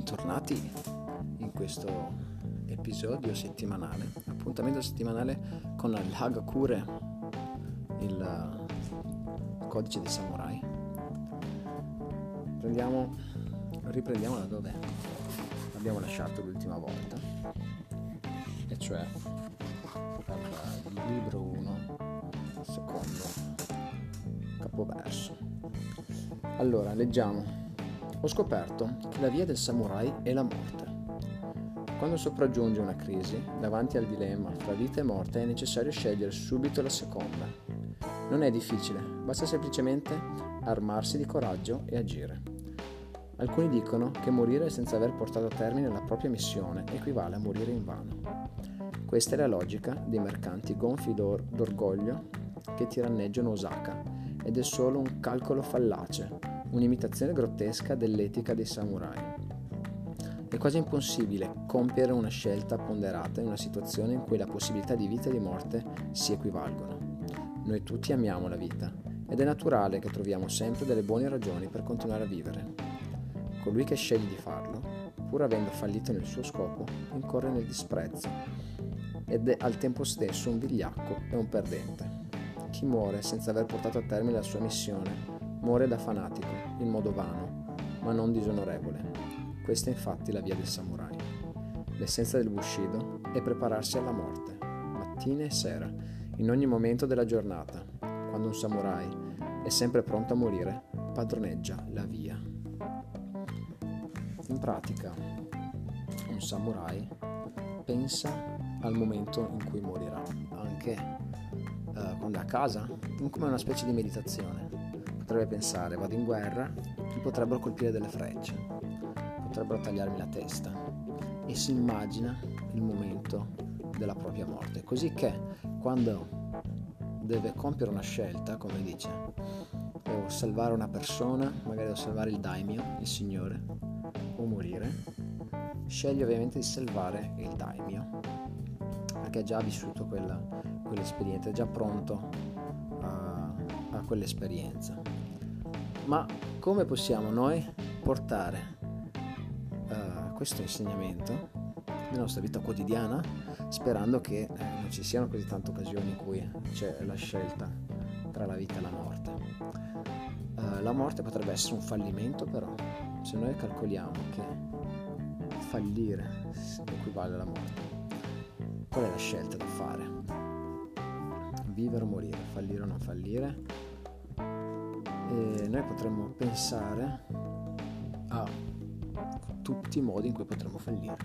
bentornati in questo episodio settimanale, appuntamento settimanale con il Hagakure, il codice dei samurai. Riprendiamo da dove abbiamo lasciato l'ultima volta, e cioè dal libro 1, secondo capoverso. Allora, leggiamo. Ho scoperto che la via del samurai è la morte. Quando sopraggiunge una crisi, davanti al dilemma fra vita e morte è necessario scegliere subito la seconda. Non è difficile, basta semplicemente armarsi di coraggio e agire. Alcuni dicono che morire senza aver portato a termine la propria missione equivale a morire invano. Questa è la logica dei mercanti gonfi d'orgoglio che tiranneggiano Osaka, ed è solo un calcolo fallace, un'imitazione grottesca dell'etica dei samurai. È quasi impossibile compiere una scelta ponderata in una situazione in cui la possibilità di vita e di morte si equivalgono. Noi tutti amiamo la vita ed è naturale che troviamo sempre delle buone ragioni per continuare a vivere. Colui che sceglie di farlo, pur avendo fallito nel suo scopo, incorre nel disprezzo ed è al tempo stesso un vigliacco e un perdente. Chi muore senza aver portato a termine la sua missione muore da fanatico, in modo vano, ma non disonorevole. Questa è infatti la via del samurai. L'essenza del Bushido è prepararsi alla morte, mattina e sera, in ogni momento della giornata. Quando un samurai è sempre pronto a morire, padroneggia la via. In pratica, un samurai pensa al momento in cui morirà, anche quando è a casa, come una specie di meditazione. Potrebbe pensare: vado in guerra, mi potrebbero colpire delle frecce, potrebbero tagliarmi la testa, e si immagina il momento della propria morte, così che quando deve compiere una scelta, come dice, devo salvare una persona, magari devo salvare il daimyo, il signore, o morire, sceglie ovviamente di salvare il daimyo, perché ha già vissuto quell'esperienza, è già pronto a quell'esperienza. Ma come possiamo noi portare questo insegnamento nella nostra vita quotidiana, sperando che non ci siano così tante occasioni in cui c'è la scelta tra la vita e la morte? La morte potrebbe essere un fallimento, però se noi calcoliamo che fallire equivale alla morte, qual è la scelta da fare? Vivere o morire, fallire o non fallire? E noi potremmo pensare a tutti i modi in cui potremmo fallire,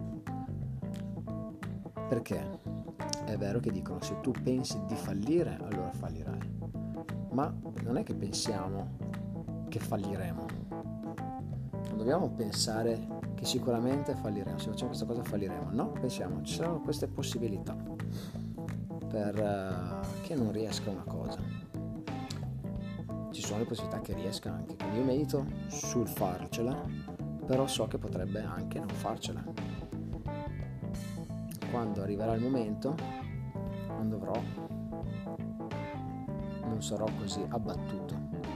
perché è vero che dicono: se tu pensi di fallire, allora fallirai, ma non è che pensiamo che falliremo. Non dobbiamo pensare che sicuramente falliremo, se facciamo questa cosa falliremo. No, pensiamo ci saranno queste possibilità per che non riesca una cosa. Ci sono le possibilità che riesca anche, quindi io medito sul farcela, però so che potrebbe anche non farcela. Quando arriverà il momento, non sarò così abbattuto.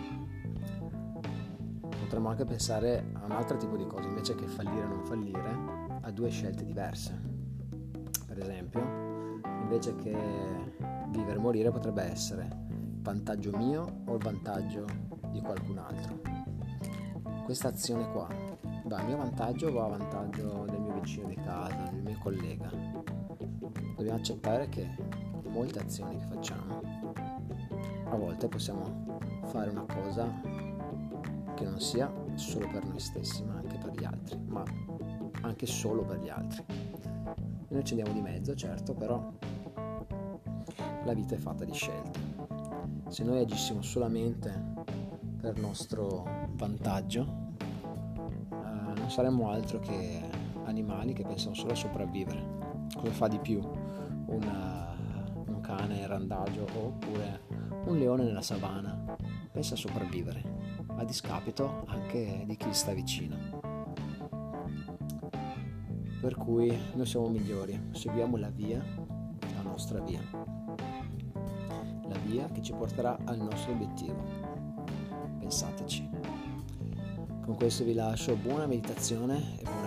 Potremmo anche pensare a un altro tipo di cose, invece che fallire o non fallire, a due scelte diverse. Per esempio, invece che vivere o morire, potrebbe essere vantaggio mio o il vantaggio di qualcun altro. Questa azione qua va a mio vantaggio o va a vantaggio del mio vicino di casa, del mio collega? Dobbiamo accettare che molte azioni che facciamo, a volte possiamo fare una cosa che non sia solo per noi stessi, ma anche per gli altri, ma anche solo per gli altri. E noi ci andiamo di mezzo, certo, però la vita è fatta di scelte. Se noi agissimo solamente per nostro vantaggio, non saremmo altro che animali che pensano solo a sopravvivere. Come fa di più un cane randagio oppure un leone nella savana? Pensa a sopravvivere, a discapito anche di chi sta vicino. Per cui noi siamo migliori, seguiamo la nostra via, la via che ci porterà al nostro obiettivo. Pensateci. Con questo vi lascio, buona meditazione e buona